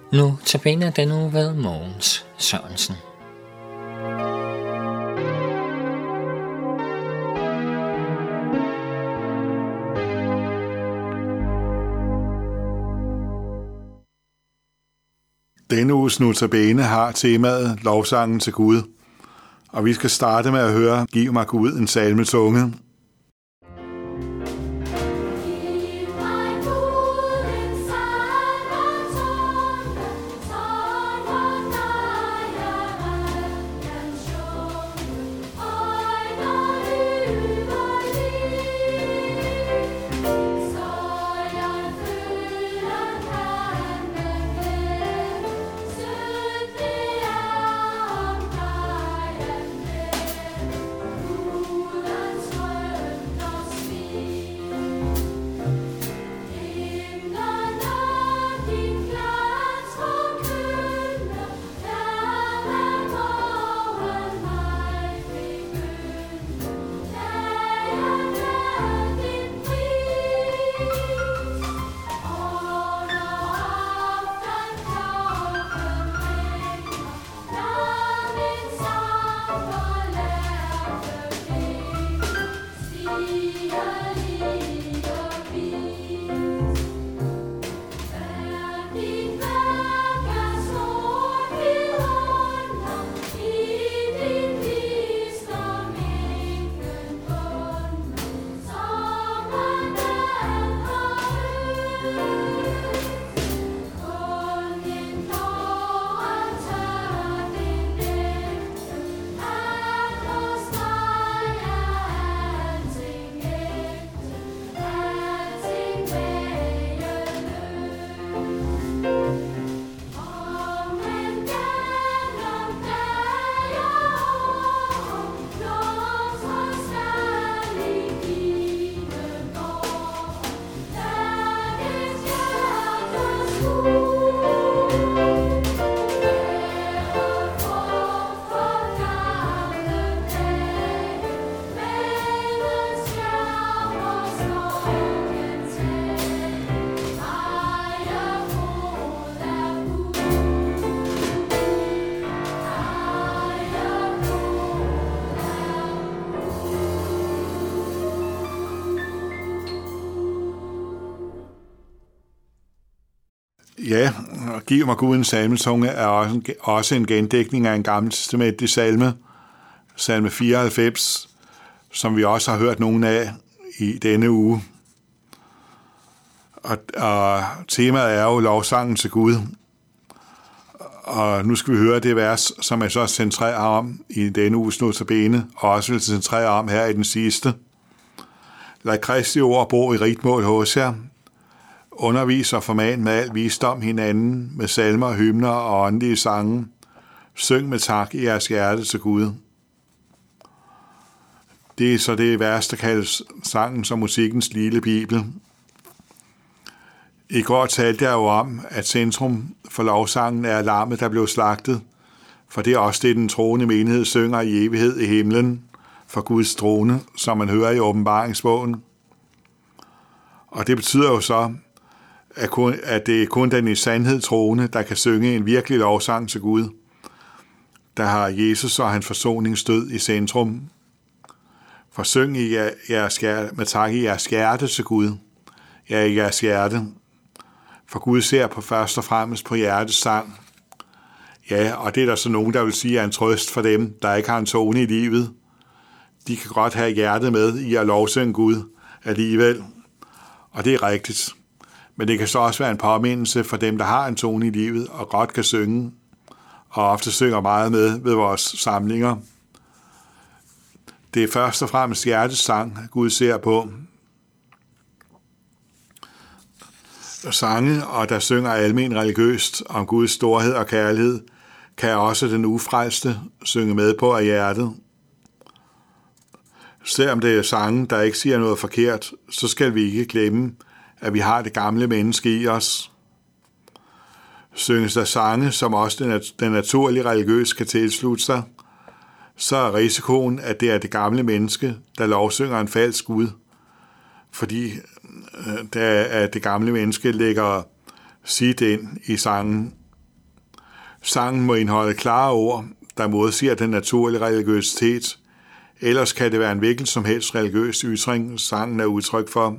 Nu tabiner den uge ved Mogens Sørensen. Denne uges notabene har temaet lovsangen til Gud, og vi skal starte med at høre Giv mig Gud en salmetunge. Ja, Giv mig Gud en salmetunge er også en gendækning af en gammeltestamentlig salme, salme 94, som vi også har hørt nogen af i denne uge. Og temaet er jo lovsangen til Gud. Og nu skal vi høre det vers, som jeg så centrerer om i denne uges notabene, og også vil centrere om her i den sidste. Lad Kristi ord bo i rigt mål hos jer. Undervis og forman med al visdom hinanden, med salmer, hymner og åndelige sange. Syng med tak i jeres hjerte til Gud. Det er så det vers, der kaldes sangen som musikkens lille bibel. I går talte jeg jo om, at centrum for lovsangen er lammet, der blev slagtet, for det er også det, den troende menighed synger i evighed i himlen for Guds trone, som man hører i åbenbaringsbogen. Og det betyder jo så, at det er kun den i sandhed troende, der kan synge en virkelig lovsang til Gud, der har Jesus og hans forsoningsdød i centrum. For syng i jeres hjerte, med tak i jeres hjerte til Gud. Ja, i jeres hjerte. For Gud ser på først og fremmest på hjertets sang. Ja, og det er der så nogen, der vil sige er en trøst for dem, der ikke har en tone i livet. De kan godt have hjertet med i at lovsynge Gud alligevel. Og det er rigtigt. Men det kan så også være en påmindelse for dem, der har en tone i livet og godt kan synge, og ofte synger meget med ved vores samlinger. Det er først og fremmest hjertets sang, Gud ser på. Sange, og der synger almen religiøst om Guds storhed og kærlighed, kan også den ufrelste synge med på af hjertet. Selvom det er sange, der ikke siger noget forkert, så skal vi ikke glemme, at vi har det gamle menneske i os. Synges der sange, som også den naturlige religiøse kan tilslutte sig, så er risikoen, at det er det gamle menneske, der lovsynger en falsk Gud, fordi det gamle menneske lægger sit ind i sangen, Sangen må indeholde klare ord, der modsiger den naturlige religiøsitet. Ellers kan det være en hvilken som helst religiøs ytring, sangen er udtryk for.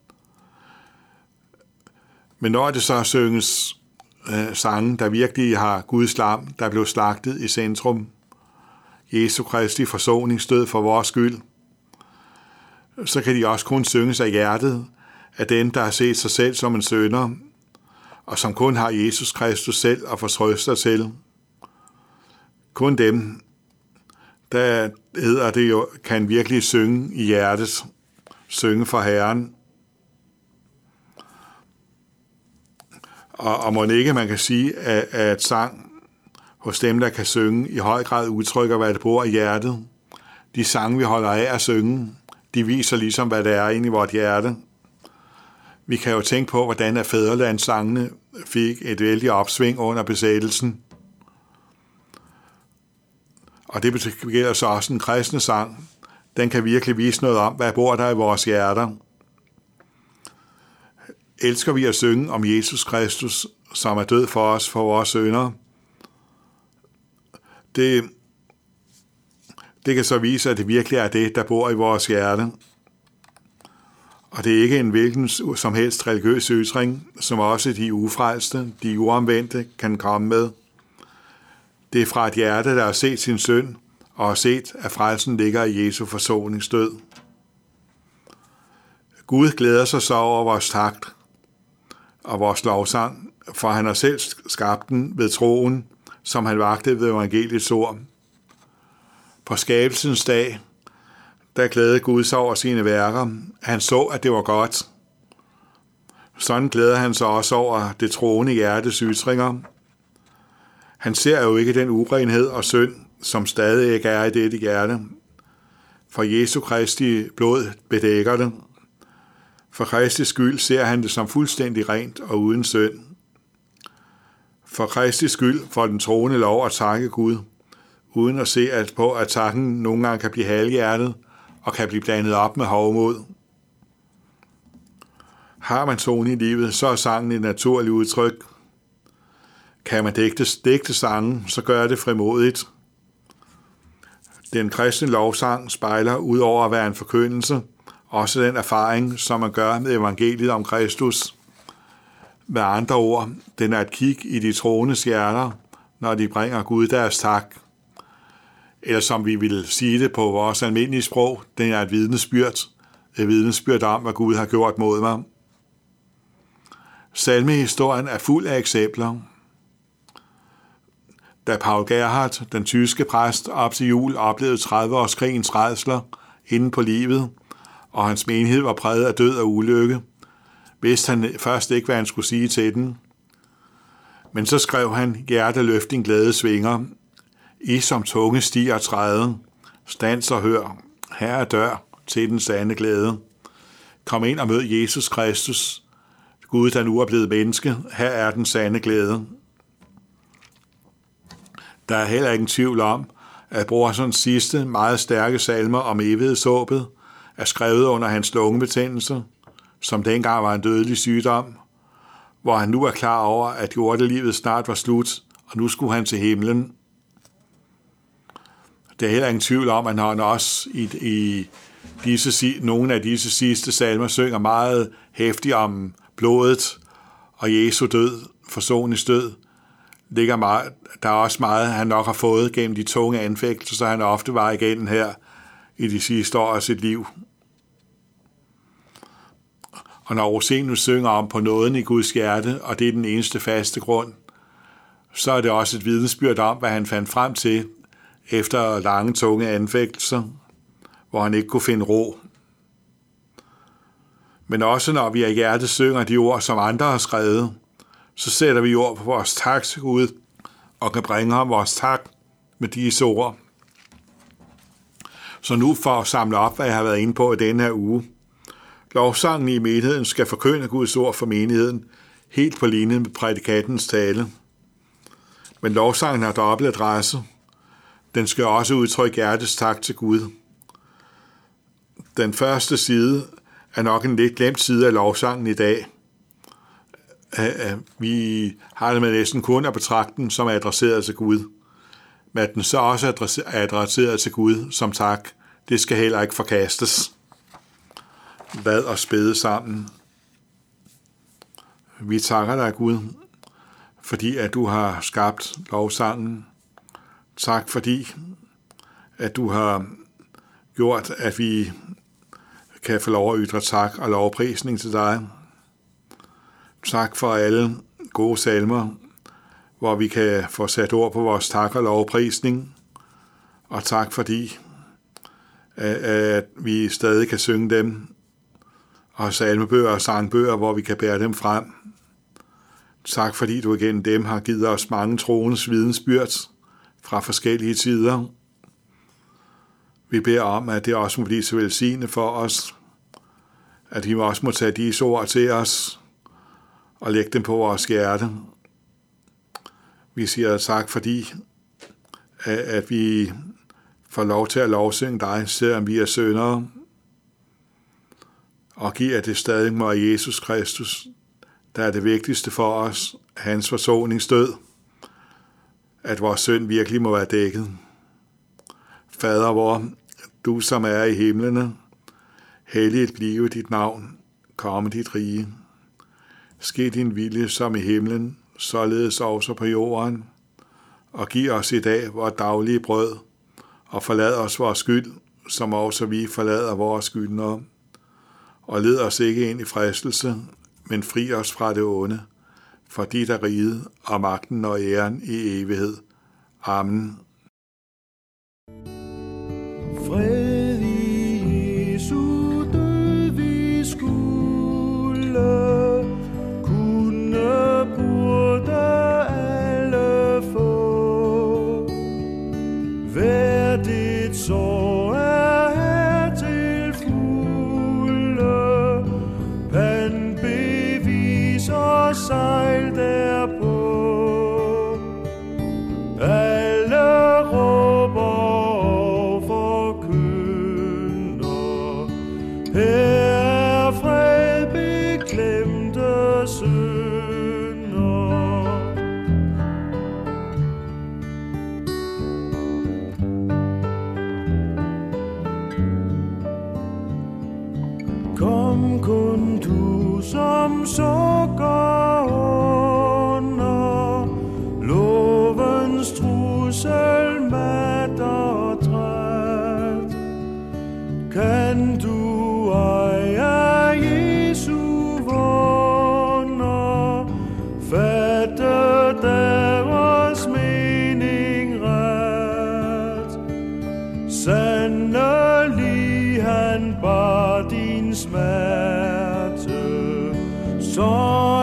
Men når det så synges sange, der virkelig har Guds lam, der blev slagtet i centrum, Jesu Kristi forsoningsdød for vores skyld, så kan de også kun synges af hjertet af den, der har set sig selv som en synder, og som kun har Jesus Kristus selv at fortrøste til. Kun dem, der hedder det jo, kan virkelig synge i hjertet, synge for Herren. Og må ikke man kan sige, at sang hos dem, der kan synge, i høj grad udtrykker, hvad det bor i hjertet. De sange, vi holder af at synge, de viser ligesom, hvad det er inde i vores hjerte. Vi kan jo tænke på, hvordan at fædrelandssangene fik et vældigt opsving under besættelsen. Og det gælder så også en kristne sang. Den kan virkelig vise noget om, hvad bor der i vores hjerter. Elsker vi at synge om Jesus Kristus, som er død for os, for vores synder? Det kan så vise, at det virkelig er det, der bor i vores hjerte. Og det er ikke en hvilken som helst religiøs ytring, som også de ufrelste, de uomvendte, kan komme med. Det er fra et hjerte, der har set sin synd, og har set, at frelsen ligger i Jesu forsoningsdød. Gud glæder sig så over vores takt og vores lovsang, for han har selv skabt den ved troen, som han vagtede ved evangeliets ord. På skabelsens dag, der glædede Gud sig over sine værker. Han så, at det var godt. Sådan glæder han sig også over det troende hjertes ytringer. Han ser jo ikke den urenhed og synd, som stadig ikke er i dette hjerte. For Jesu Kristi blod bedækker det. For Kristi skyld ser han det som fuldstændig rent og uden synd. For Kristi skyld får den troende lov at takke Gud, uden at se på, at takken nogle gange kan blive halvhjertet og kan blive blandet op med hovmod. Har man tone i livet, så er sangen et naturligt udtryk. Kan man digte sangen, så gør det frimodigt. Den kristne lovsang spejler ud over at være en forkyndelse, også den erfaring, som man gør med evangeliet om Kristus. Med andre ord, den er et kig i de troendes hjerter, når de bringer Gud deres tak. Eller som vi vil sige det på vores almindelige sprog, den er et vidnesbyrd. Et vidnesbyrd om, hvad Gud har gjort mod mig. Salmehistorien er fuld af eksempler. Da Paul Gerhardt, den tyske præst, op til jul oplevede 30-årskrigens rædsler inde på livet, og hans menighed var præget af død og ulykke, vidste han først ikke, hvad han skulle sige til den. Men så skrev han, hjerteløft din glæde svinger, I som tunge stiger træde, stands og hør, her er dør til den sande glæde. Kom ind og mød Jesus Kristus, Gud, der nu er blevet menneske, her er den sande glæde. Der er heller ingen tvivl om, at Brorsons sidste, meget stærke salmer om evighedshåbet er skrevet under hans lungebetændelse, som dengang var en dødelig sygdom, hvor han nu er klar over, at jordelivet snart var slut, og nu skulle han til himlen. Der er heller ingen tvivl om, at han også i nogle af disse sidste salmer synger meget hæftigt om blodet og Jesu død, forsoningsdød. Der er også meget, han nok har fået gennem de tunge anfægtelser, han ofte var igennem her i de sidste år af sit liv. Og når Rosenius synger om på nåden i Guds hjerte, og det er den eneste faste grund, så er det også et vidnesbyrd om, hvad han fandt frem til efter lange, tunge anfægtelser, hvor han ikke kunne finde ro. Men også når vi af hjertet synger de ord, som andre har skrevet, så sætter vi ord på vores tak til Gud, og kan bringe ham vores tak med disse ord. Så nu for at samle op, hvad jeg har været inde på i denne her uge. Lovsangen i menigheden skal forkynde Guds ord for menigheden, helt på linje med prædikantens tale. Men lovsangen har dobbelt adresse. Den skal også udtrykke hjertets tak til Gud. Den første side er nok en lidt glemt side af lovsangen i dag. vi har det med næsten kun at betragte den som adresseret til Gud. Men at den så også er adresseret til Gud som tak, det skal heller ikke forkastes. Hvad og spæde sammen. Vi takker dig, Gud, fordi at du har skabt lovsangen. Tak fordi, at du har gjort, at vi kan få lov at ytre tak og lovprisning til dig. Tak for alle gode salmer, hvor vi kan få sat ord på vores tak og lovprisning. Og tak fordi, at vi stadig kan synge dem, og salmebøger og sangbøger, hvor vi kan bære dem frem. Tak fordi du igen dem har givet os mange troens vidensbyrd fra forskellige tider. Vi beder om, at det også må blive så velsignet for os, at vi også må tage disse ord til os og lægge dem på vores hjerte. Vi siger tak fordi, at vi får lov til at lovsynge dig, selvom vi er syndere, og giver at det stadig må Jesus Kristus, der er det vigtigste for os, hans forsoningsdød, at vores synd virkelig må være dækket. Fader vor, du som er i himlene, helliget blive dit navn, komme dit rige. Ske din vilje som i himlen, således også på jorden, og giv os i dag vores daglige brød, og forlad os vores skyld, som også vi forlader vores skyldnere. Og led os ikke ind i fristelse, men fri os fra det onde, for dit er riget og magten og æren i evighed. Amen. Fred i Jesu død vi skulle, kunne burde alle få. Hver dit sår er her til fulde, han beviser sig derpå. Alle råber og forkynder, her er fred beklemte synder. Kom kun du som sukker under lovens trussel, mat og træt. Kan du eje Jesu vunder, fatte deres mening ret. Sandelig han bar din smerte, så